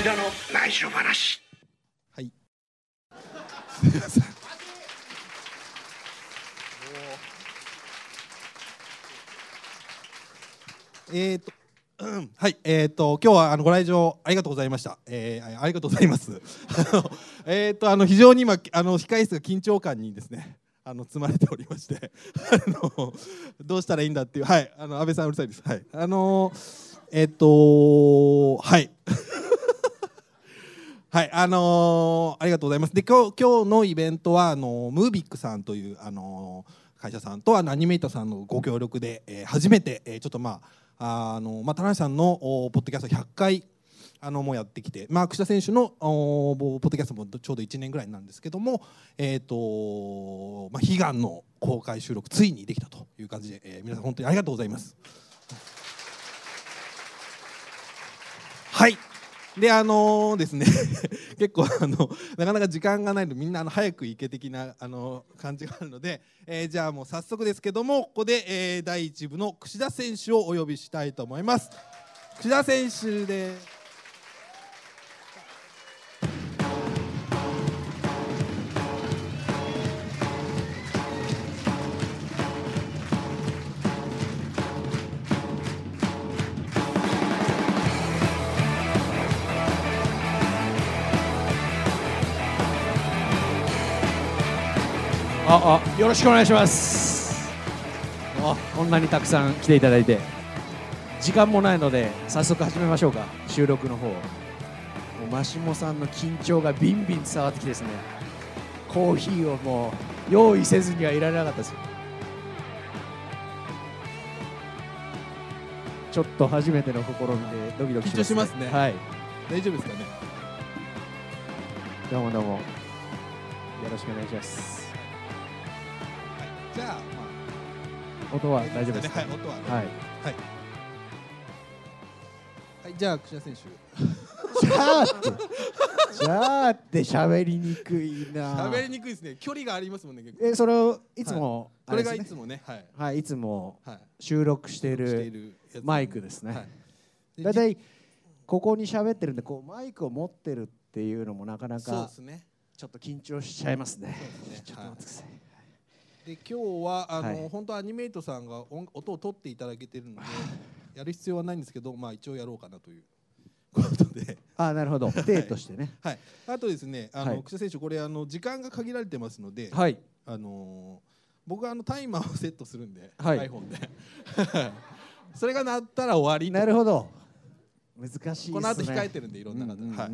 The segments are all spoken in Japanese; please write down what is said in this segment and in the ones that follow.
串田の内緒話。 はい。すみません。はい、今日はご来場ありがとうございました。ありがとうございます。非常に今控室が緊張感にですね、包まれておりましてどうしたらいいんだっていう、はい、安倍さんうるさいです。はい、はい。はい、ありがとうございます。で、今日のイベントはムービックさんという会社さんとアニメーターさんのご協力で、初めて、ちょっと田中さんのポッドキャスト100回もうやってきて、櫛田選手のポッドキャストもちょうど1年ぐらいなんですけども、悲願の公開収録ついにできたという感じで、皆さん本当にありがとうございます。はい。でですね結構なかなか時間がないのでみんな早く行け的な感じがあるので、じゃあもう早速ですけどもここで、第1部の串田選手をお呼びしたいと思います。串田選手です。 よろしくお願いします。こんなにたくさん来ていただいて時間もないので早速始めましょうか。収録の方マシモさんの緊張がビンビン伝わってきてですね、コーヒーをもう用意せずにはいられなかったです。ちょっと初めての試みでドキドキしますね。 緊張しますね。 はい、 大丈夫ですかね。 どうもどうもよろしくお願いします。 じゃあ、 音は大丈夫ですか。 はい、音は、 はいはいはい、じゃあ串田選手じゃあって喋りにくいな。 喋りにくいですね。距離がありますもんね。結構それをいつも、 これがいつもね、 はい、いつも収録しているマイクですね。だいたいここに喋ってるんで、こうマイクを持ってるっていうのもなかなかちょっと緊張しちゃいますね。ちょっと待ってください。 で今日は本当アニメイトさんが音を取っていただけてるのでやる必要はないんですけど、一応やろうかなということで。 なるほど。例としてね。 はい。あとですね、串田選手これ時間が限られてますので、 はい。 僕はタイマーをセットするんで、 はい、 iPhone でそれが鳴ったら終わり。 なるほど。難しいですね。 この後控えてるんでいろんな方。はい。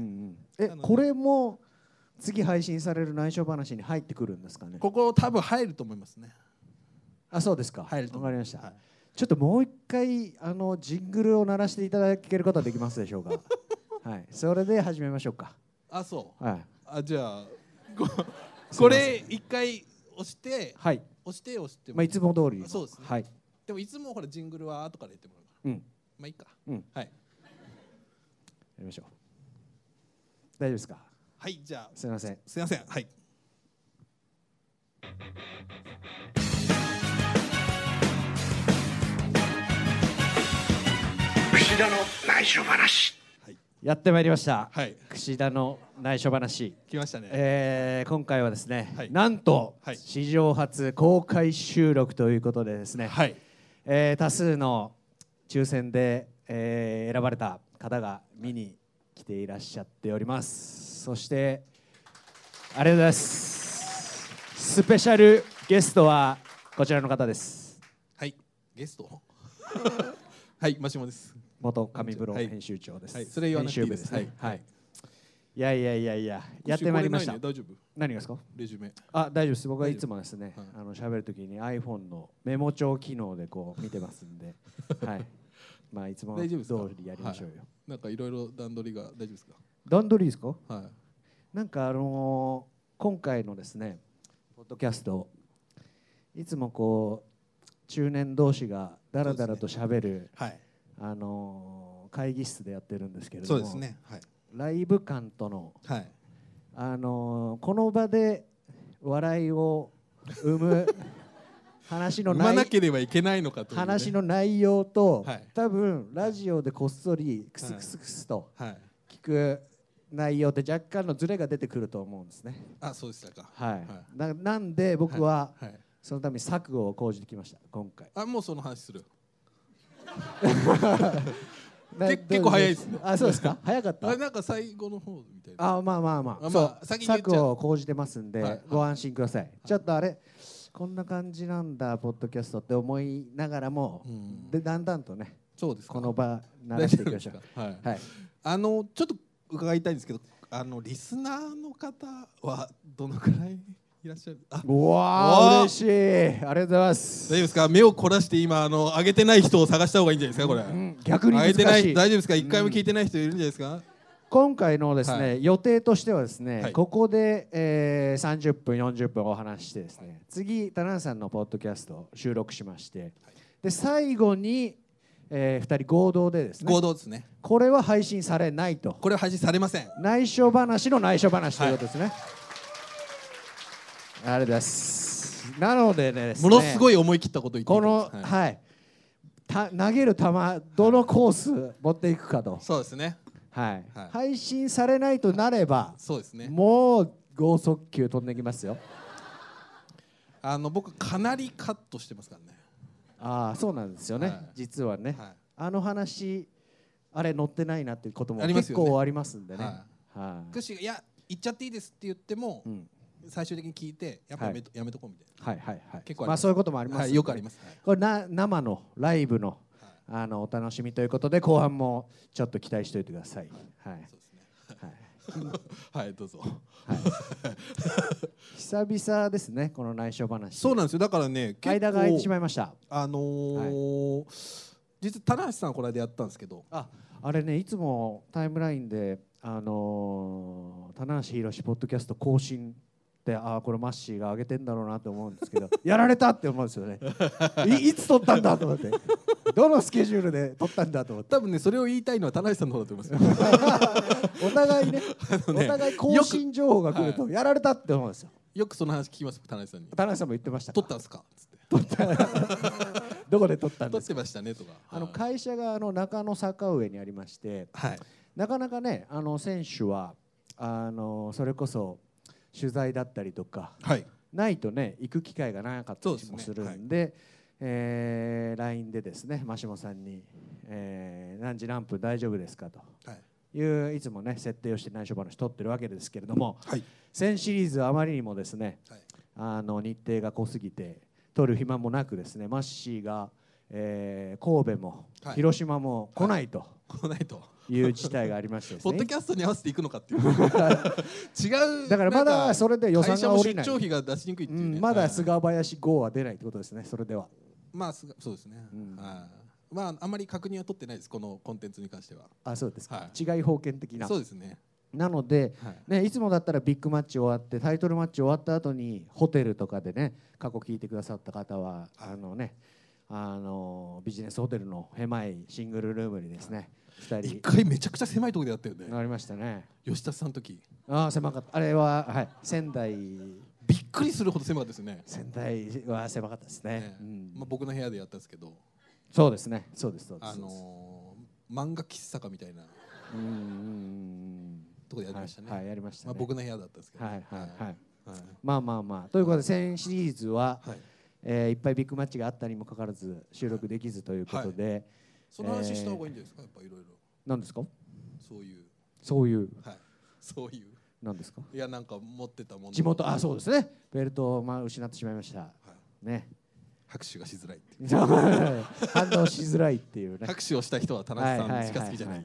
これも次配信される内緒話に入ってくるんですかね。 ここ多分入ると思いますね。 そうですか。 入るとわかりました。ちょっともう一回ジングルを鳴らしていただけることはできますでしょうか。はい。それで始めましょうか。 そう。 はい。 じゃあこれ一回押して、 はい。 押していつも通り。 そうですね。 はい。 でもいつもほらジングルは後から言ってもらうから。いいか。はい。やりましょう。大丈夫ですか。 はい、じゃあすみません。 すみません。はい。 串田の内緒話。 やってまいりました。 はい。 串田の内緒話。 来ましたね。 今回はですね、なんと史上初公開収録ということでですね、多数の抽選で、選ばれた方が見に来ていらっしゃっております。そしてありがとうございます。スペシャルゲストはこちらの方です。 はい。ゲストはい、マシモです。 元上風呂編集長です。 それ言わなくていいです。はい。 いややってまいりました。 大丈夫？ 何がですか？ レジュメ。 大丈夫です。僕はいつもですね、喋るときに iPhone のメモ帳機能でこう見てますんで、はい。いつも通りやりましょうよ。 なんかいろいろ段取りが大丈夫ですか？ 段取りですか？ はい。 なんか今回のですねポッドキャスト、いつもこう中年同士がだらだらと喋る、会議室でやってるんですけれども、 そうですね。はい。 ライブ感との、この場で笑いを生む話のなければいけないのかという、 話の内容と、多分ラジオでこっそりクスクスクスと聞く内容って若干のズレが出てくると思うんですね。 あ、そうでしたか。 はい。 はいなんで僕ははいはい、 そのために策を講じてきました今回。 あ、もうその話する。 結構早いですね。 あ、そうですか。早かった。 あ、なんか最後の方みたいな。 あ、まあまあまあ。 まそう、 あ先に言っちゃう策を講じてますんで、 はいご安心ください。ちょっとあれこんな感じなんだポッドキャストって思いながらも、でだんだんとね、 そうですか。 この場慣らしていきましょう。 はい。 はい。 ちょっと伺いたいんですけど、リスナーの方はどのくらいいらっしゃる？あ、 うわー、嬉しい。ありがとうございます。 大丈夫ですか？目を凝らして今上げてない人を探した方がいいんじゃないですかこれ。 逆に難しい。 上げてない、大丈夫ですか？一回も聞いてない人いるんじゃないですか？ 今回のですね、予定としてはですね、ここで、30分40分お話してですね、次田中さんのポッドキャストを収録しまして、で最後に、2人合同でですね、 合同ですね。 これは配信されないと。 これは配信されません。 内緒話の内緒話ということですね。ありがとうございます。なのでね、 ものすごい思い切ったこと言っていこの、はい、投げる球どのコース持っていくかと。 そうですね。 はい、配信されないとなれば、 そうですね。 もう剛速球飛んできますよ。 僕かなりカットしてますからね。 ああ、そうなんですよね。実はね、あの話あれ載ってないなっていうことも結構ありますんでね。 クッシーがいや言っちゃっていいですって言っても、最終的に聞いてやっぱやめとこうみたいな。はいはいはい。結構まあそういうこともあります。よくあります。これ生のライブのお楽しみということで、後半もちょっと期待しておいてください。はい。 はい、どうぞ。 久々ですね、この内緒話。 そうなんですよ。だからね、 間が空いてしまいました。 実は棚橋さんこの間やったんですけど、 あれね、いつもタイムラインで棚橋宏ポッドキャスト更新で、これマッシーが上げてんだろうなと思うんですけど、やられたって思うんですよね。いつ撮ったんだと思って、どのスケジュールで撮ったんだと思って。 多分ね、それを言いたいのは棚橋さんの方だと思いますよ。 お互いね、お互い更新情報が来るとやられたって思うんですよ。 よくその話聞きます、棚橋さんに。 棚橋さんも言ってました。 撮ったんですか？ どこで撮ったんですか？ 撮ってましたねとか。 会社が中野坂上にありまして、なかなかね、選手はそれこそ取材だったりとか、ないとね行く機会がなかったりもするんで、LINE でですね、マシモさんに、何時何分大丈夫ですかといういつもね設定をして内緒話取ってるわけですけれども、先シリーズはあまりにもですね、日程が濃すぎて取る暇もなくですね、マッシーが、神戸も広島も来ないと。いう事態がありましてですね。 ポッドキャストに合わせていくのかっていう違う。 だからまだそれで予算が下りない。 出張費が出しにくいっていうね。 まだ菅林号は出ないってことですね。それでは。 まあそうですね。まああんまり確認は取ってないです、このコンテンツに関しては。 あ、そうですか。違い封建的な。 そうですね。 なので、いつもだったらビッグマッチ終わってタイトルマッチ終わった後にホテルとかでね、過去聞いてくださった方はビジネスホテルの狭いシングルルームにですね、 一回めちゃくちゃ狭いところでやったよね。 ありましたね。 吉田さんの時。 狭かった。あれは仙台。 びっくりするほど狭かったですね。 仙台は狭かったですね。 僕の部屋でやったんですけど。 そうですね。そうですそうです。 漫画喫茶かみたいなとこでやりましたね。 はい、やりましたね。 僕の部屋だったんですけど。 まあということで、先シリーズはいっぱいビッグマッチがあったにもかかわらず収録できずということで、 その話した方がいいんじゃないですか、やっぱいろいろ。 何ですか？ そういう。 そういう。何ですか？ いや、なんか持ってたもの。 地元、そうですね。ベルトを失ってしまいました。ね。 拍手がしづらい。 反応しづらいっていうね。 拍手をした人は田中さんしか好きじゃない。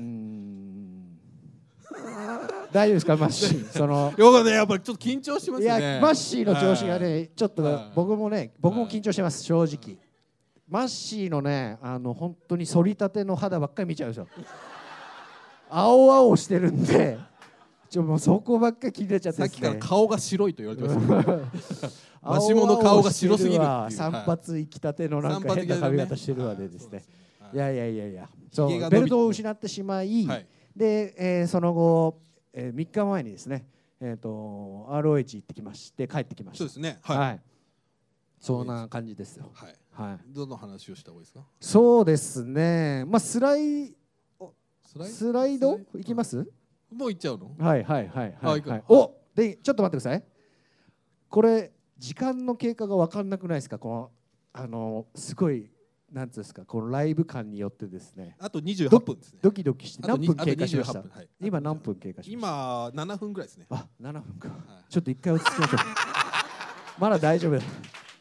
大丈夫ですか、マッシー。 やっぱりちょっと緊張しますね。 いや、マッシーの調子がね、ちょっと僕も緊張してます、正直。マッシーのね、本当に反りたての肌ばっかり見ちゃうんですよ。青々してるんで、もうそこばっかり気になっちゃって。 さっきから顔が白いと言われてます。マシモの顔が白すぎる。 散髪生きたてのなんか変な髪型してるわけですね。いや、ベルトを失ってしまい、で、その後3日前にですね、ROH 行ってきまして帰ってきました。 そうですね。 はい。そんな感じですよ。 はい。どの話をした方がいいですか？ そうですね。まあスライドいきます？ もう行っちゃうの？ はいはいはいはい、はい、 おおでちょっと待ってください。これ時間の経過が分かんなくないですか？このすごいなんつうんですか、このライブ感によってですね。 あと28分ですね。 ドキドキして何分経過しました？はい、今何分経過しました？ 今7分ぐらいですね。 あ、7分か、はい、ちょっと一回落ち着きましょう。まだ大丈夫だ。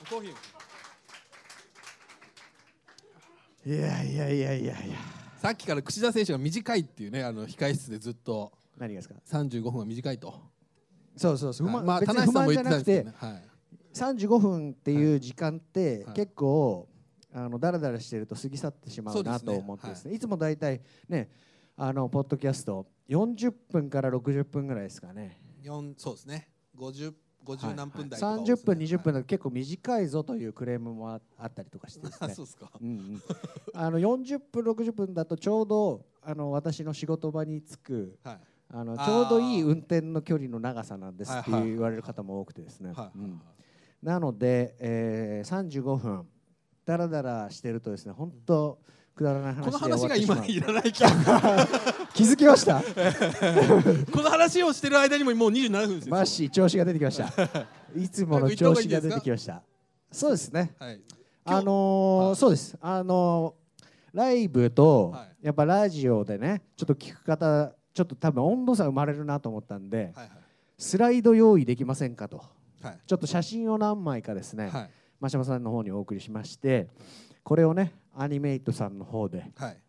いやいやいやいやいや、 さっきから櫛田選手が短いっていうね、控室でずっと。 何がですか ？35分は短いと。 そうそうそう、 まあ田中さんも言ってたんですけどね、はい、 35分っていう時間って結構だらだらしてると過ぎ去ってしまうなと思ってですね、いつもだいたいねポッドキャスト40分から60分ぐらいですかね。 そうですね、50何分台とか、 30分20分だと結構短いぞというクレームもあったりとかしてですね。 そうですか。 40分60分だとちょうど私の仕事場に着く、はい、ちょうどいい運転の距離の長さなんですって言われる方も多くてですね。なので、35分だらだらしてるとですね、本当くだらない話で終わってしまう。この話が今いらない気づきました。 この話をしてる間にももう27分ですよ。 マッシー調子が出てきました。いつもの調子が出てきました。そうですね、はい、そうです、ライブとやっぱラジオでねちょっと聞く方ちょっと多分温度差生まれるなと思ったんで、スライド用意できませんかと、ちょっと写真を何枚かですね、真島さんの方にお送りしまして、これをねアニメイトさんの方で、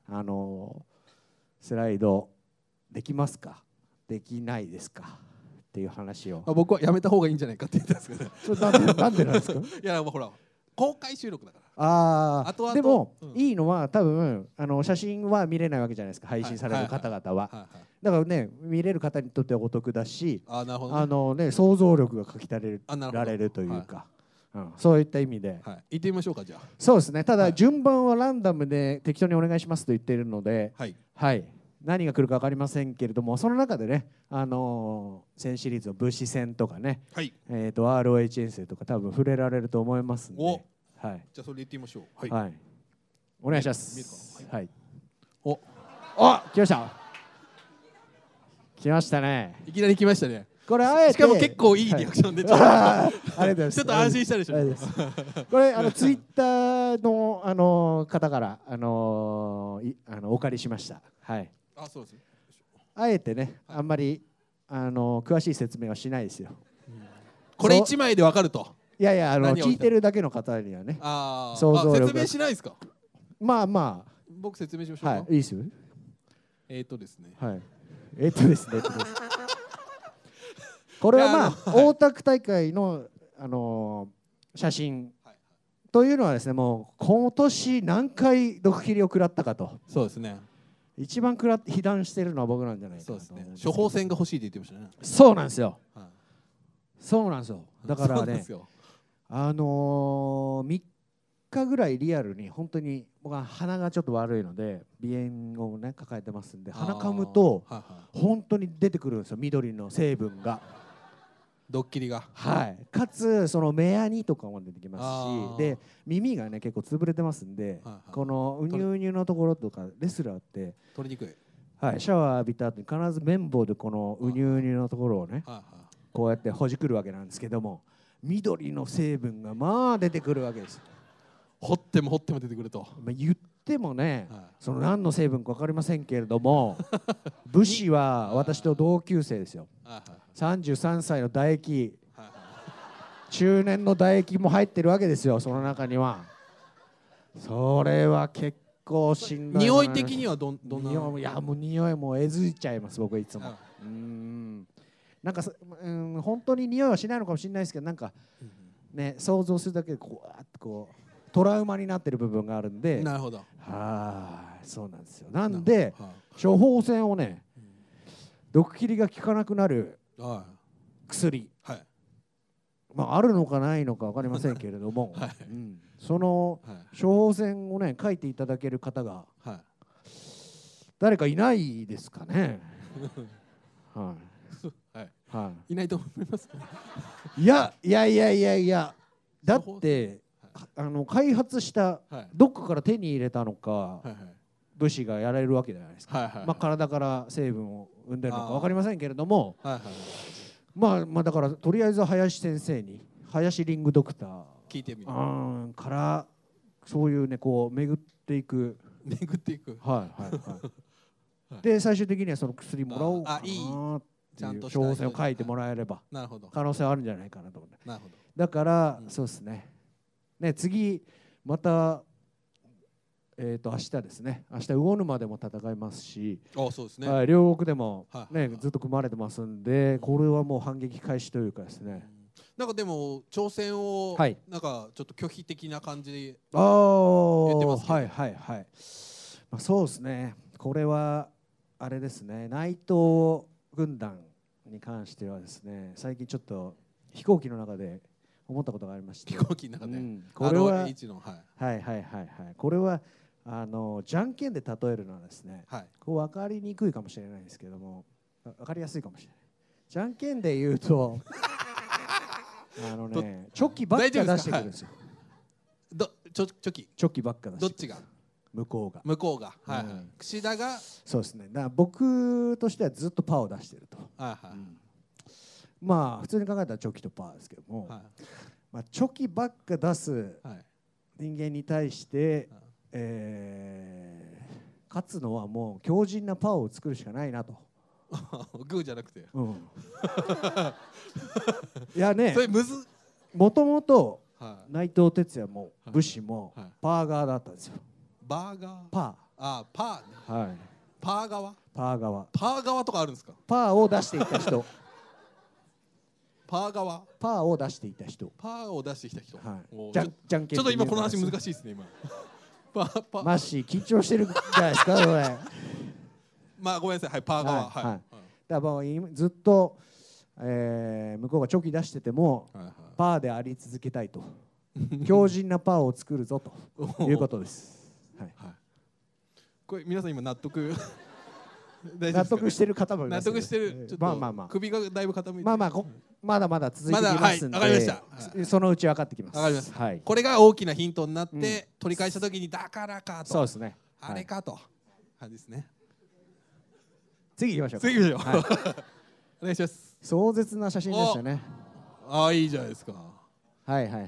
スライドできますかできないですかっていう話を。 僕はやめた方がいいんじゃないかって言ったんですけど、ね、 それなんでなんですか？ いやもうほら公開収録だから。 でも、いいのは多分写真は見れないわけじゃないですか、配信される方々は。だからね見れる方にとってはお得だし、想像力がかきたれられるというか、そういった意味で、 行ってみましょうか。じゃあそうですね。ただ順番はランダムで適当にお願いしますと言っているので、はい、何が来るか分かりませんけれども、その中でね1000シリーズの武士戦とかね、ROH 遠征とか多分触れられると思いますんで、はい、 じゃあそれで言ってみましょう。はい、お願いします。はい。 お、 来ました。来ましたね。 いきなり来ましたね。 これあえてしかも結構いいリアクションで、 ありがとうございます。 ちょっと安心したでしょ。 これツイッターの方からお借りしました。はい。 そうです。 あえてねあんまり詳しい説明はしないですよ。 これ1枚でわかると。 いやいや聞いてるだけの方にはね。 想像力。説明しないですか。 まあ僕説明しましょうか。 はい、いいですよ。 ですね。 はい。ですね。これは大田区大会の写真というのはですね、もう今年何回毒斬りを食らったかと。 そうですね。 一番被弾してるのは僕なんじゃないかと。そうですね。 処方箋が欲しいって言ってましたね。 そうなんですよ。そうなんですよ。だからね、3日ぐらいリアルに本当に僕は鼻がちょっと悪いので鼻炎をね抱えてますんで、鼻かむと本当に出てくるんですよ、緑の成分が。 ドッキリが。 はい。かつその目やにとかも出てきますし、で耳がね結構潰れてますんで、このうにゅうにゅのところとかレスラーって取りにくい。 はい。シャワー浴びた後に必ず綿棒でこのうにゅうにゅのところをねこうやってほじくるわけなんですけども、緑の成分がまあ出てくるわけです。 掘っても掘っても出てくると。 言ってもね、その何の成分か分かりませんけれども、武士は私と同級生ですよ。33歳の唾液、中年の唾液も入ってるわけですよ、その中には。それは結構しんどい。 匂い的にはどんな？ いやもう匂いもえずいちゃいます、僕いつも。なんか本当に匂いはしないのかもしれないですけど、なんかね想像するだけでこうわーっとこうトラウマになってる部分があるんで。 なるほど。 そうなんですよ。なんで処方箋をね、毒斬りが効かなくなる薬、あるのかないのか分かりませんけれども、その処方箋をね書いていただける方が誰かいないですかね。 いないと思います。 いやだって開発したどっかから手に入れたのか、武士がやられるわけじゃないですか。体から成分を生んでるのか分かりませんけれども、 はいはい、 まあだからとりあえず林先生に林リングドクター聞いてみるからそういうねこう巡っていくはいはいはいで最終的にはその薬もらおうかなっていう処方箋を書いてもらえれば可能性はあるんじゃないかなと思って。だからそうですね。次また明日ですね。明日魚沼でも戦いますし、 そうですね。 両国でもねずっと組まれてますんで、これはもう反撃開始というかですね。 なんかでも挑戦をなんかちょっと拒否的な感じで言ってますけど。はいはいはい。 そうですね。これはあれですね。内藤軍団に関してはですね、最近ちょっと飛行機の中で思ったことがありまして。 飛行機の中で。 これははいはいはいはい。これはじゃんけんで例えるのはですね、こう分かりにくいかもしれないんですけども、分かりやすいかもしれない。じゃんけんで言うとチョキばっか出してくるんですよ。 チョキばっか出してくる。どっちが？向こうが。はいはい。櫛田が。 そうですね。だから僕としてはずっとパーを出してると。まあ普通に考えたらチョキとパーですけども、まあチョキばっか出す人間に対して。勝つのはもう強靭なパワーを作るしかないなと。 グーじゃなくて。 いやね、もともと内藤哲也も武士もパー側だったんですよ。 バーガー？ パー。パー。はい。パー側？ パー側。 パー側とかあるんですか？ パーを出していた人。 パー側？ パーを出していた人。 パーを出してきた人。 はい。じゃんけん。 ちょっと今この話難しいですね今。 マッシー緊張してるじゃないですかこれ。 まあごめんなさい、はい、パー側。はい。 だからずっと向こうがチョキ出しててもパーであり続けたいと。強靭なパーを作るぞということです。はい。 これ皆さん今納得納得してる方もいます。 納得してる。まあまあ首がだいぶ傾いて。 まだまだ続いてきますんで。わかりました。そのうち分かってきます。 わかります。はい。これが大きなヒントになって取り返した時にだからかと。 そうですね。 あれかと感じですね。 次行きましょう。 次行きましょう。お願いします。 壮絶な写真でしたね。 ああいいじゃないですか。 はいはいはいはい。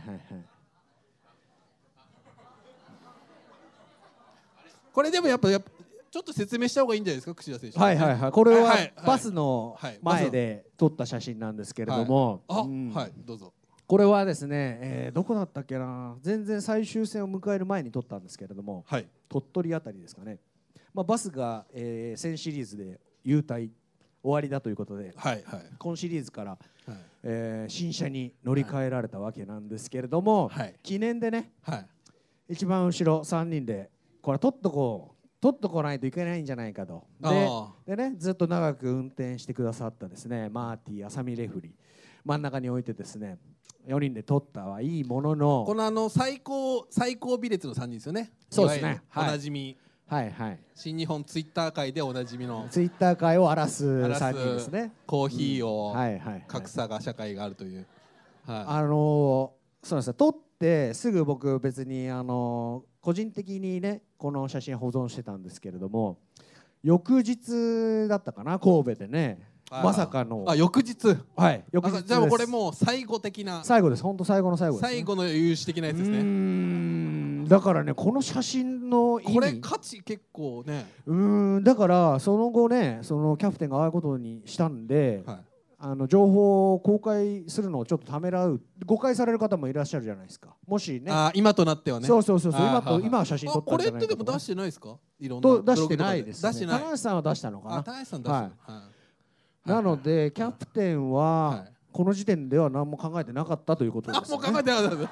これでもやっぱちょっと説明した方がいいんじゃないですか、櫛田選手。 はいはいはい。これはバスの前で撮った写真なんですけれども、 はいどうぞ。 これはですね、どこだったっけな、全然最終戦を迎える前に撮ったんですけれども、鳥取あたりですかね。まあバスが先シリーズで優退終わりだということで、今シリーズから新車に乗り換えられたわけなんですけれども、記念でね、一番後ろ3人でこれ撮っとこないといけないんじゃないかと。でね、ずっと長く運転してくださったですね、マーティ浅見レフリー真ん中に置いてですね、4人で撮ったはいいものの、 この最高尾列の3人ですよね。 そうですね。 おなじみ。 はいはい。 新日本ツイッター界でおなじみの。 ツイッター界を荒らす3人ですね。 コーヒーを格差が社会があるという。 そうなんですよ。撮ってすぐ僕別に個人的にねこの写真保存してたんですけれども、翌日だったかな、神戸でね、まさかの翌日。 はい翌日です。 じゃあこれもう最後的な。 最後です。本当最後の最後です、 最後の有志的なやつですね。 だからね、この写真の意味、 これ価値結構ね。 だからその後ね、そのキャプテンがああいうことにしたんで、情報を公開するのをちょっとためらう、誤解される方もいらっしゃるじゃないですか。もしね、 今となってはね。 そう今は写真撮ったんじゃないかとか。 これってでも出してないですか？いろんな出してないですね。田中さんは出したのかな。 田中さん出した。 なのでキャプテンはこの時点では何も考えてなかったということですね。 もう考えてなかった。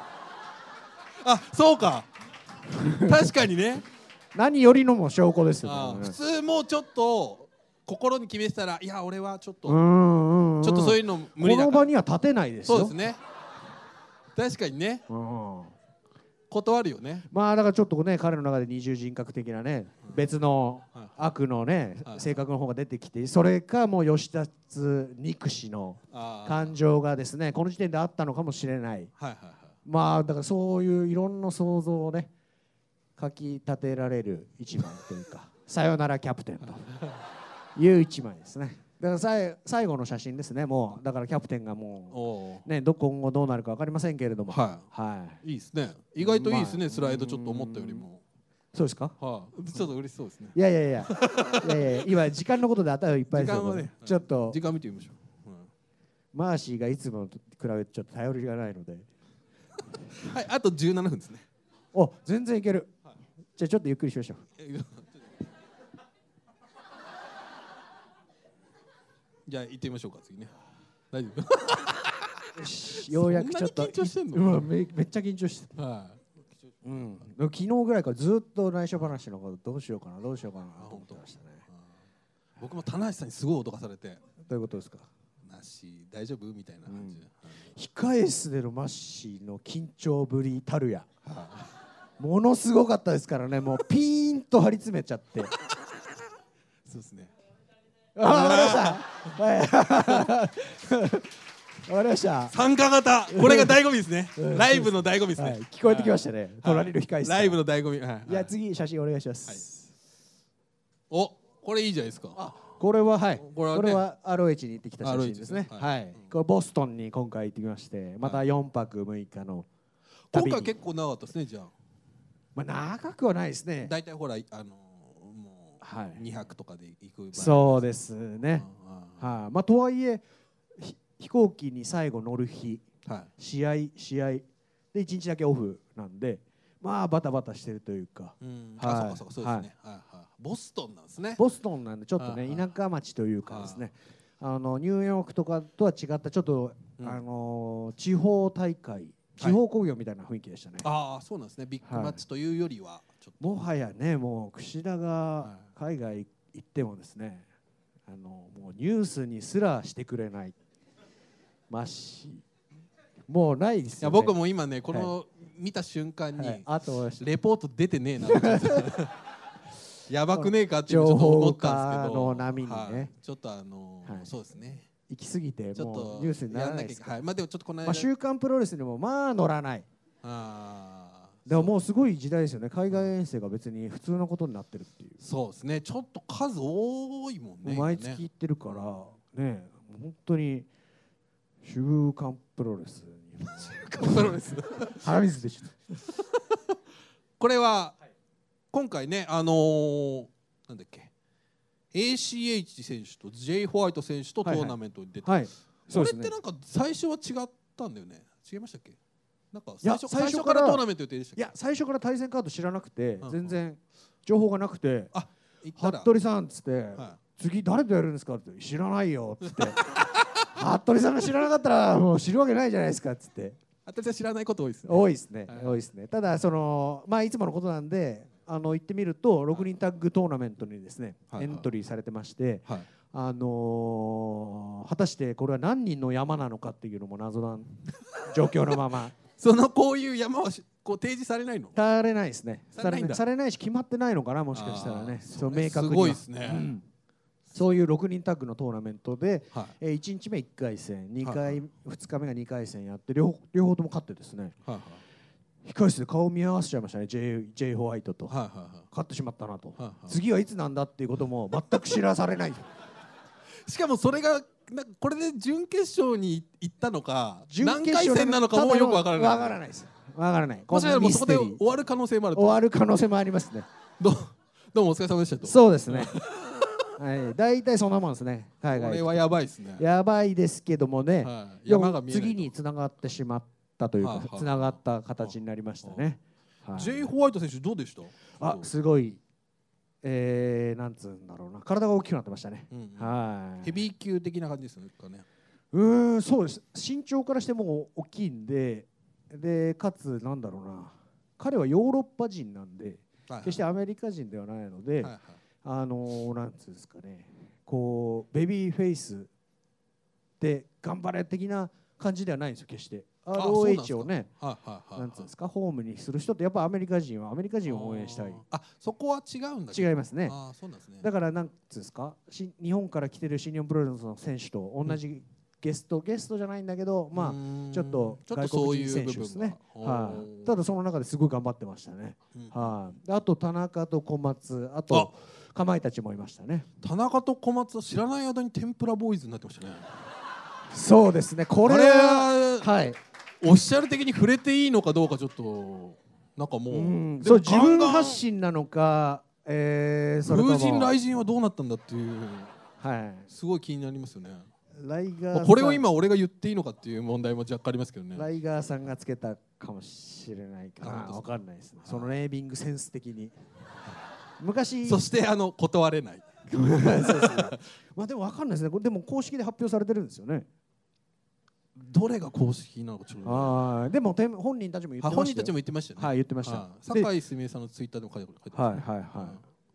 そうか。確かにね。 何よりのも証拠ですよね。 普通もうちょっと心に決めてたら、いや俺はちょっとそういうの無理だ。 この場には立てないですよ。 そうですね。確かにね。断るよね。 まあだからちょっとね、彼の中で二重人格的なね、別の悪のね性格の方が出てきて、それかもう吉田憎しの感情がですねこの時点であったのかもしれない。まあだからそういういろんな想像をねかき立てられる一番というかさよならキャプテンという1枚ですね。だから最後の写真ですね。もうだからキャプテンがもうね、今後どうなるか分かりませんけれども、 いいですね。意外といいですね、スライドちょっと思ったよりも。 そうですか？ ちょっと嬉しそうですね。 いや今時間のことで頭いっぱいですよ。ちょっと時間見てみましょう。 マーシーがいつもと比べてちょっと頼りがないので。 はい、あと17分ですね。 お、全然いける。じゃあちょっとゆっくりしましょう。 じゃあ行ってみましょうか、次ね。大丈夫？ よし、ようやくちょっと。 緊張してんの？ めっちゃ緊張してる。昨日ぐらいからずっと内緒話のことどうしようかなと思ってましたね。 僕も棚橋さんにすごい脅かされて。 どういうことですか？ マッシー大丈夫みたいな感じで。 控え室でのマッシーの緊張ぶりたるや。ものすごかったですからね。もうピーンと張り詰めちゃって。 そうですね。 わかりました。 参加型、これが醍醐味ですね。ライブの醍醐味ですね。 聞こえてきましたね。隣の控室。 ライブの醍醐味。 いや、次写真お願いします。 お、これいいじゃないですか。 これはこれは ROH に行ってきた写真ですね。はい。これボストンに今回行ってきまして、また4泊6日の今回結構長かったですね、じゃあ。 まあ長くはないですね。 大体ほらもう2泊とかで行く。 そうですね。まあとはいえ飛行機に最後乗る日、試合で1日だけオフなんで、まあバタバタしてるというか。 そうですね。ボストンなんですね。 ボストンなんでちょっとね田舎町というかですね、ニューヨークとかとは違ったちょっと地方大会、地方工業みたいな雰囲気でしたね。 ああ、そうなんですね。ビッグマッチというよりはもはやね、もう櫛田が海外行ってもですね、もうニュースにすらしてくれないマッシーもうないですよね。 僕も今ね、この見た瞬間にレポート出てねえなやばくねえかっていうちょっと思ったんですけど、 情報化の波にね、 ちょっとそうですね、 行き過ぎてもうニュースにならないです。 まあでもちょっとこの間週刊プロレスにもまあ乗らない。でももうすごい時代ですよね。海外遠征が別に普通のことになってるっていう。 そうですね、ちょっと数多いもんね。 毎月行ってるからね、本当に週刊プロレスに鼻水でしたこれは今回ね、なんだっけ、ACH 選手と J ホワイト選手とトーナメントに出て、これってなんか最初は違ったんだよね。違いましたっけ？なんか最初からトーナメント予定でしたっけ？ いや、最初から対戦カード知らなくて、全然情報がなくて、服部さんっつって、次誰とやるんですかって、知らないよっつって服部さんが知らなかったらもう知るわけないじゃないですかっつって。 服部さん知らないこと多いですね。 多いですね。ただまあいつものことなんで、行ってみると6人タッグトーナメントにですねエントリーされてまして、果たしてこれは何人の山なのかっていうのも謎な状況のままこういう山はこう提示されないの？ されないですね。されないし決まってないのかな、もしかしたらね。そう明確には。 すごいですね。 そういう6人タッグのトーナメントで、1日目1回戦、2日目が2回戦やって両方とも勝ってですね、控室で顔見合わせちゃいましたね、J ホワイトと。勝ってしまったなと。次はいつなんだっていうことも全く知らされない。 しかもそれがこれで準決勝に行ったのか何回戦なのかもよくわからない。 わからないです。わからない。 もしかしたらそこで終わる可能性もある。 終わる可能性もありますね。 どうもお疲れ様でしたと。 そうですね。大体そんなもんですね。海外。 これはやばいですね。 やばいですけどもね。次に繋がってしまったというか、繋がった形になりましたね。 J ホワイト選手どうでした？ すごい。なんつうんだろうな、体が大きくなってましたね。 ヘビー級的な感じですね。 そうです。身長からしても大きいんで、かつなんだろうな、彼はヨーロッパ人なんで、決してアメリカ人ではないので、なんつうんですかね、こうベビーフェイスで頑張れ的な感じではないんですよ、決して。ROH をね、なんつうんですか、ホームにする人ってやっぱアメリカ人はアメリカ人を応援したい。 そこは違うんだ。 違いますね。だからなんつうんですか、日本から来てる新日本プロレスの選手と同じゲストじゃないんだけど、まあちょっと外国人選手ですね。はい。ただその中ですごい頑張ってましたね。はい。あと田中と小松、あとかまいたちもいましたね。 田中と小松は知らない間に天ぷらボーイズになってましたね。 そうですね。これははい。 オフィシャル的に触れていいのかどうかちょっとなんかもう、 そう自分発信なのか、それとも風神雷神はどうなったんだっていう、 はい、 すごい気になりますよね。 ライガーこれを今俺が言っていいのかっていう問題も若干ありますけどね。 ライガーさんがつけたかもしれないかな、分かんないですね。そのネーミングセンス的に昔そして断れないそうですね。まあでも分かんないですね。でも公式で発表されてるんですよね。 どれが公式なのかちょっと。 でも本人たちも言ってましたよ。 本人たちも言ってましたね。 はい、言ってました。 酒井すみれさんのツイッターでも書いてました。 はいはいはい。だから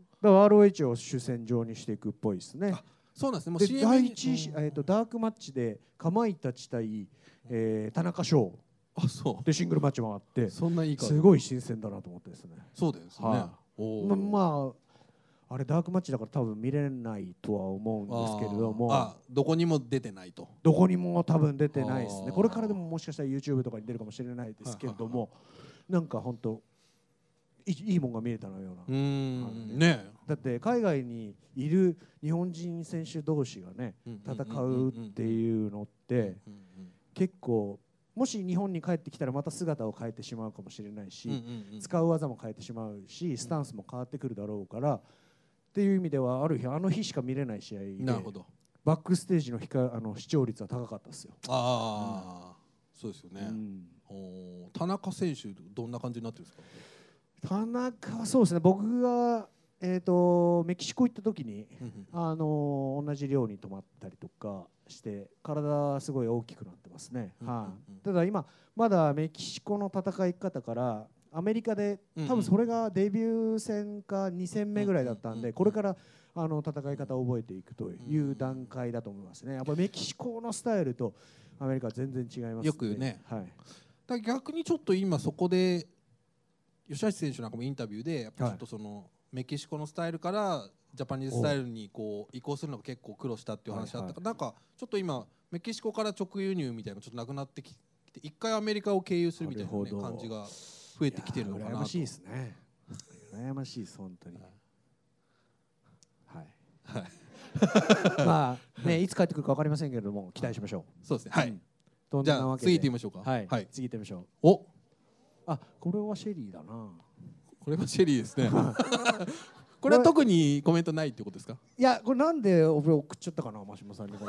ROH を主戦場にしていくっぽいですね。 そうなんですね。もう第一ダークマッチでかまいたち対田中翔でシングルマッチもあって、 そんないいかすごい新鮮だなと思ってですね。 そうですね。 まああれダークマッチだから多分見れないとは思うんですけれども、 どこにも出てないと。 どこにも多分出てないですね。これからでももしかしたら YouTube とかに出るかもしれないですけれども、なんか本当いいもんが見えたのような。 ね。 だって海外にいる日本人選手同士がね戦うっていうのって結構、もし日本に帰ってきたらまた姿を変えてしまうかもしれないし、使う技も変えてしまうし、スタンスも変わってくるだろうからっていう意味では、ある日あの日しか見れない試合でバックステージの視聴率は高かったですよ。 そうですよね。田中選手どんな感じになってるんですか。 田中はそうですね。僕がメキシコ行った時に同じ寮に泊まったりとかして体すごい大きくなってますね。ただ今まだメキシコの戦い方からアメリカで多分それがデビュー戦か2戦目ぐらいだったんで、これから戦い方を覚えていくという段階だと思いますね。やっぱりメキシコのスタイルとアメリカは全然違いますね。 よくね。だ逆にちょっと今そこで吉橋選手なんかもインタビューでやっぱちょっとそのメキシコのスタイルからジャパニーズスタイルにこう移行するのが結構苦労したっていう話あったから、なんかちょっと今メキシコから直輸入みたいなのちょっとなくなってきて、一回アメリカを経由するみたいな感じが増えてきてるのかなと。 羨ましいですね。羨ましいです本当に。まあね、いつ帰ってくるか分かりませんけれども期待しましょう。 そうですね。はい。じゃあ次行ってみましょうか。 はい。次行ってみましょう。 お。 これはシェリーだな。 これはシェリーですね。これは特にコメントないってことですか。 いや、これなんで俺送っちゃったかな、真島さんにこれ。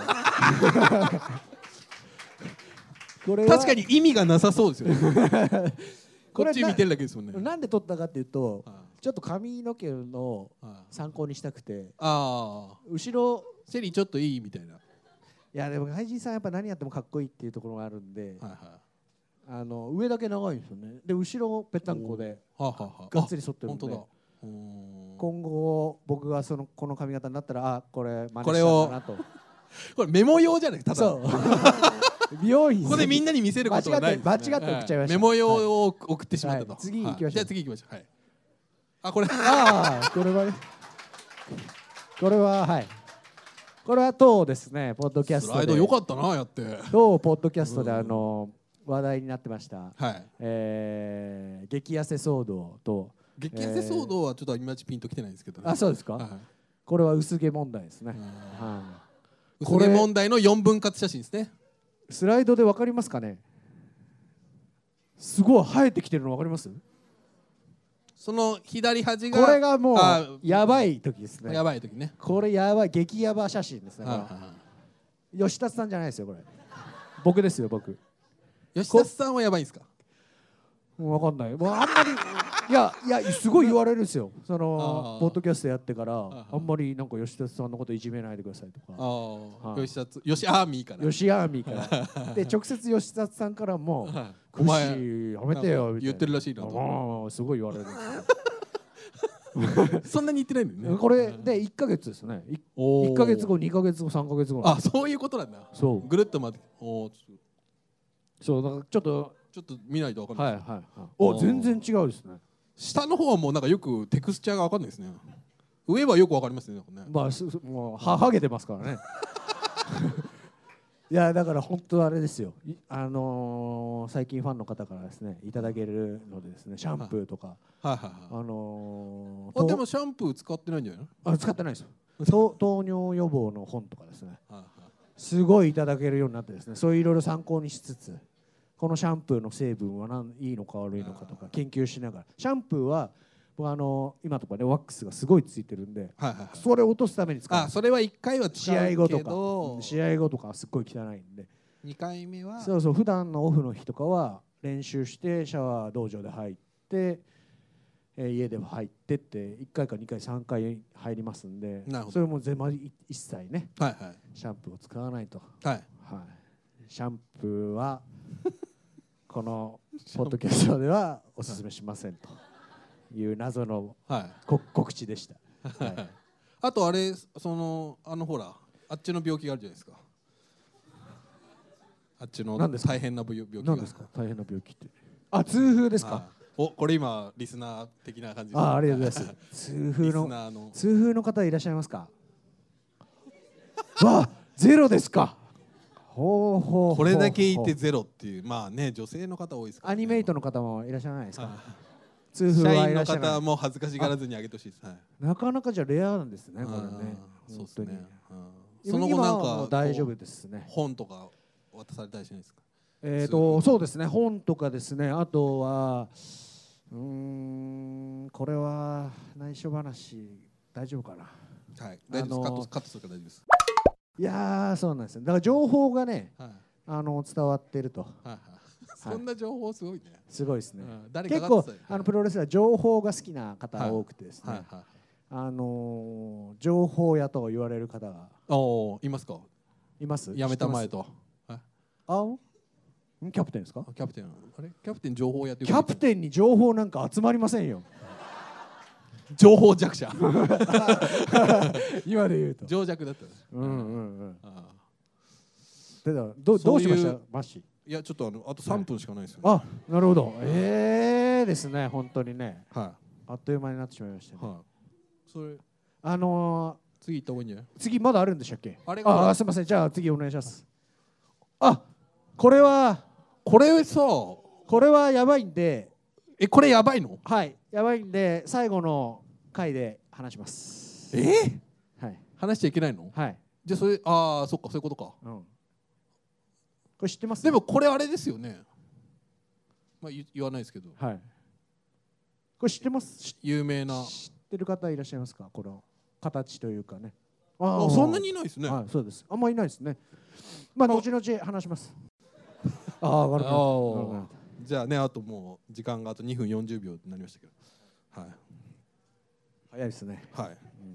これ確かに意味がなさそうですよね。こっち見てるだけですもんね。 なんで撮ったかっていうと、ちょっと髪の毛の参考にしたくて、後ろシェリーちょっといいみたいな。 いやでも外人さんやっぱ何やってもかっこいいっていうところがあるんで、上だけ長いんですよね。で後ろぺったんこでがっつり剃ってるんで、今後僕がこの髪型になったらこれ真似したんだなと。 これメモ用じゃないただ。 そう。美容院ここでみんなに見せることはないですね。 間違って送っちゃいました。 メモ用を送ってしまったと。 次行きましょう。 じゃあ次行きましょう。はい。これ。 これははい。これは当ですね、ポッドキャストで。 スライド良かったなやって。 当ポッドキャストで話題になってました。 はい。 激痩せ騒動と。 激痩せ騒動はちょっといまいちピンときてないんですけど。 そうですか。これは薄毛問題ですね。 薄毛問題の4分割写真ですね。 スライドで分かりますかね。すごい生えてきてるの分かります？ その左端がこれがもうやばい時ですね。 やばい時ね。 これやばい激ヤバ写真ですね。吉田さんじゃないですよこれ。僕ですよ僕。 吉田さんはやばいんですか？ 分かんない。もうあんまりいやすごい言われるんですよ。ポッドキャストやってからあんまりなんか吉田さんのこといじめないでくださいとか。 吉アーミーから。 吉アーミーから。で直接吉田さんからもお前やめてよみたいな言ってるらしいなと。すごい言われる。 そんなに言ってないんだよね。 これで1ヶ月ですね。1ヶ月後2ヶ月後3ヶ月後。 そういうことなんだ。 そうぐるっと回って。 そうだからちょっと見ないと分かんない。 全然違うですね。 下の方はもうなんかよくテクスチャーが分かんないですね。上はよく分かりますね。 まあもうハゲてますからね。 いやだから本当あれですよ、最近ファンの方からですねいただけるのでですね、シャンプーとか、 はいはいはい。でもシャンプー使ってないんじゃないの？ 使ってないですよ。糖尿予防の本とかですね、すごいいただけるようになってですね、そういういろいろ参考にしつつ、このシャンプーの成分はいいのか悪いのかとか研究しながら、シャンプーは今とかねワックスがすごいついてるんで、それを落とすために使う。 それは1回は使うけど試合後とかすっごい汚いんで、 2回目はそう普段のオフの日とかは練習してシャワー道場で入って、家でも入ってって1回か2回3回入りますんで、それも全部一切ね、シャンプーを使わないと、シャンプーはこのポッドキャストではおすすめしませんという謎の告知でした。 あとあれほらあっちの病気があるじゃないですか。あっちの大変な病気が。 何ですか？大変な病気って。痛風ですか？ これ今リスナー的な感じです。 ありがとうございます。痛風の方いらっしゃいますか？ゼロですか。 これだけいてゼロっていう、まあね、女性の方多いですから、 アニメイトの方もいらっしゃらないですか？ 痛風はいらっしゃらない。社員の方も恥ずかしがらずにあげてほしいです。 なかなかじゃレアなんですね、これね。 そうですね。 その後なんか大丈夫ですね。 本とか渡されたりしないですか？ そうですね、本とかですね。あとはこれは内緒話大丈夫かな？ はい、大丈夫です。カットするから大丈夫です。 いやそうなんですよ。だから情報がね、伝わってると。 そんな情報すごいね。 すごいですね。結構プロレスラー情報が好きな方が多くてですね、情報屋と言われる方がいますか？ います。 辞めた前と。 キャプテンですか？ キャプテン、あれ？キャプテン情報屋って。 キャプテンに情報なんか集まりませんよ。 情報弱者。 今で言うと。 情弱だった。 どうしました、マッシー？ いやちょっとあと3分しかないですよ。 なるほど。ですね、本当にね。あっという間になってしまいましたね。 それ次行った方がいいんじゃない？ 次まだあるんでしたっけ？すみません、じゃあ次お願いします。これはやばいんで。 これやばいの？ はい、やばいんで最後の回で話します。 はい。話しちゃいけないの？ はい。 じゃあそれそっか、そういうことか。 これ知ってます？ でもこれあれですよね。まあ言わないですけど。 はい。これ知ってます？ 有名な。 知ってる方いらっしゃいますか？この形というかね。 そんなにいないですね。 そうです。あんまりいないですね。まあ後々話します。悪くない。 じゃあね、あともう時間があと2分40秒になりましたけど、 早いですね。 はい。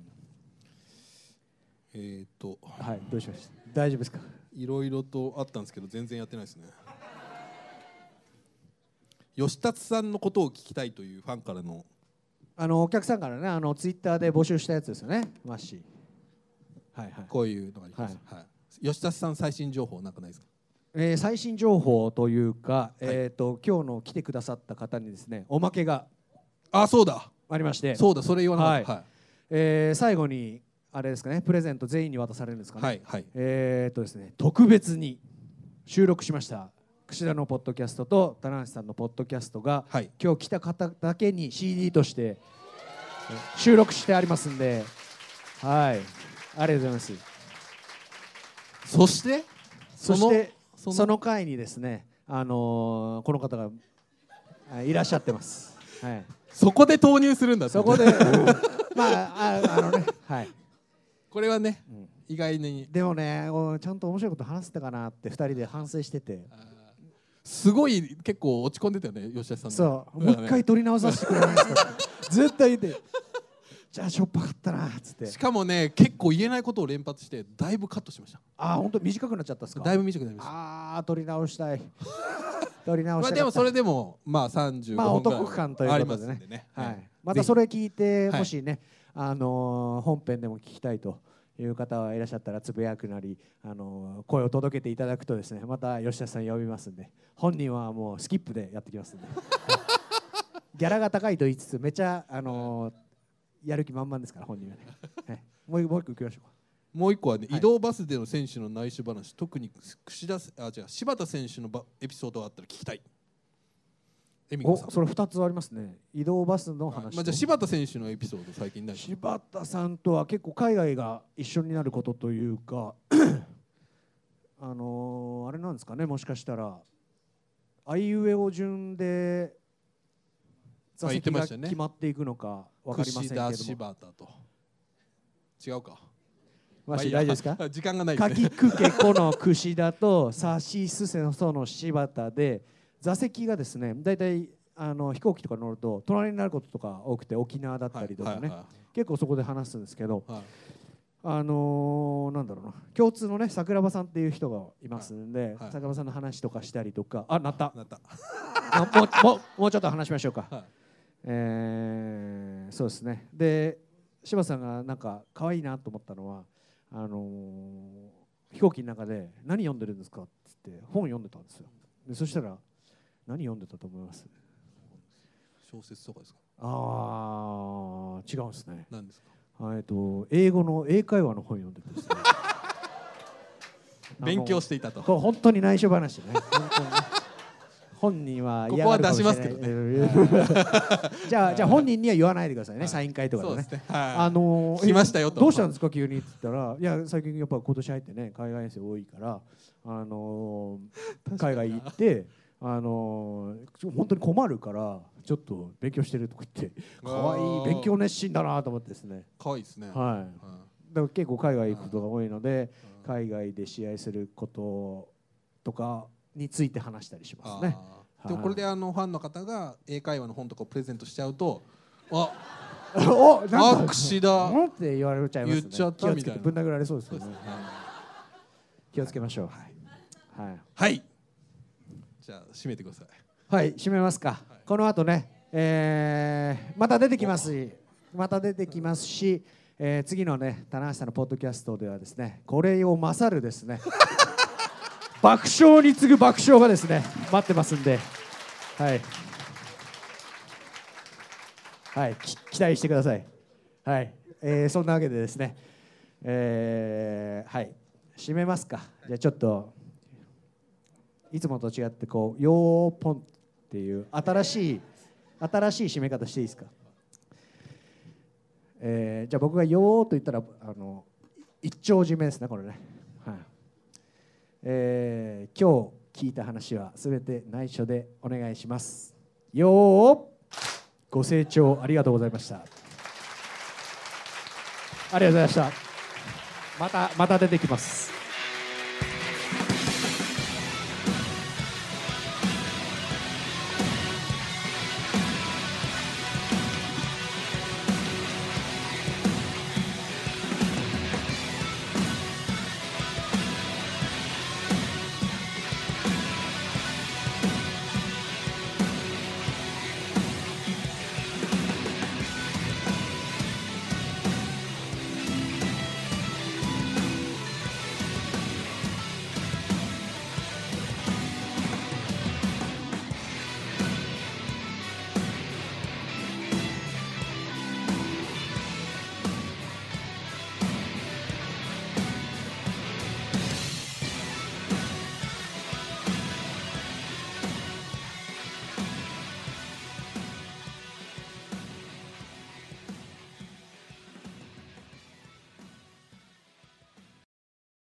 はい、どうしました？大丈夫ですか？ いろいろとあったんですけど全然やってないですね。吉達さんのことを聞きたいというファンからのお客さんからね、ツイッターで募集したやつですよね、マッシー。 こういうのがあります。吉達さん最新情報なんかないですか？ 最新情報というか、今日の来てくださった方にですね、おまけがそうだありまして、 そうだ、それ言わなかった。 最後にあれですかね、プレゼント全員に渡されるんですかね。 ですね、特別に収録しました櫛田のポッドキャストと棚橋さんのポッドキャストが、今日来た方だけに CD として収録してありますんで、ありがとうございます。 そしてその回にですね、この方がいらっしゃってます。 そこで投入するんだって。 そこでこれはね、意外に。 でもね、ちゃんと面白いこと話せたかなって2人で反省してて、 すごい結構落ち込んでたよね、吉田さん。 もう一回撮り直させてくれないですかずっと言って、じゃあしょっぱかったなっつって。 しかもね、結構言えないことを連発してだいぶカットしました。 本当短くなっちゃったんですか？ だいぶ短くなりました。 撮り直したい。撮り直したい。 でもそれでもまあ35分ぐらいお得感ということでね。またそれ聞いて、もしね、本編でも聞きたいという方はいらっしゃったらつぶやくなり、声を届けていただくとですね、また吉田さん呼びますんで、本人はもうスキップでやってきますんで。ギャラが高いと言いつつめちゃやる気満々ですから、本人はね。もう一個いきましょうか。 もう一個はね、移動バスでの選手の内緒話、特に柴田選手のエピソードがあったら聞きたい。恵美子さん。 それ2つありますね。移動バスの話と、 じゃあ柴田選手のエピソード最近ない？ 柴田さんとは結構海外が一緒になることというかあれなんですかね、もしかしたらあいうえお順で座席が決まっていくのか分かりませんけども、 串田柴田と違うか。 大丈夫ですか？ 時間がないですね。 かきくけこの串田とさしすせのその柴田で、座席がですね、だいたい飛行機とか乗ると隣になることとか多くて、沖縄だったりとかね、結構そこで話すんですけど、なんだろうな、共通のね桜庭さんっていう人がいますんで、桜庭さんの話とかしたりとか、なったもうちょっと話しましょうか。そうですね。で柴田さんがなんか可愛いなと思ったのは、飛行機の中で何読んでるんですかって言って本読んでたんですよ。でそしたら何読んでたと思います？ 小説とかですか？ 違うんですね。 何ですか？ 英語の英会話の本読んでてですね勉強していたと。 本当に内緒話ね。本人は嫌がるかもしれない。ここは出しますけどね。じゃあ本人には言わないでくださいね。サイン会とかでね。 来ましたよと。 どうしたんですか急にって言ったら、いや最近やっぱ今年入ってね海外遠征多いから海外行って本当に困るからちょっと勉強してるとか言って、かわいい勉強熱心だなと思ってですね。 かわいいですね。 はい。だから結構海外行くことが多いので、海外で試合することとかについて話したりしますね。 でもこれでファンの方が英会話の本とかをプレゼントしちゃうと、串田って言われちゃいますね。 言っちゃったみたいな。 ぶん殴られそうですけどね。気をつけましょう。 はい。じゃあ締めてください。 はい、締めますか。この後ね、また出てきますし、次のね棚橋さんのポッドキャストではですね、これを勝るですね爆笑に次ぐ爆笑がですね待ってますんで、期待してください。そんなわけでですね、締めますか。じゃあちょっといつもと違ってこうよーポンっていう新しい締め方していいですか？じゃあ僕がよーと言ったら一丁締めですね、これね。今日聞いた話はすべて内緒でお願いします。よー、ご清聴ありがとうございました。ありがとうございました。また出てきます。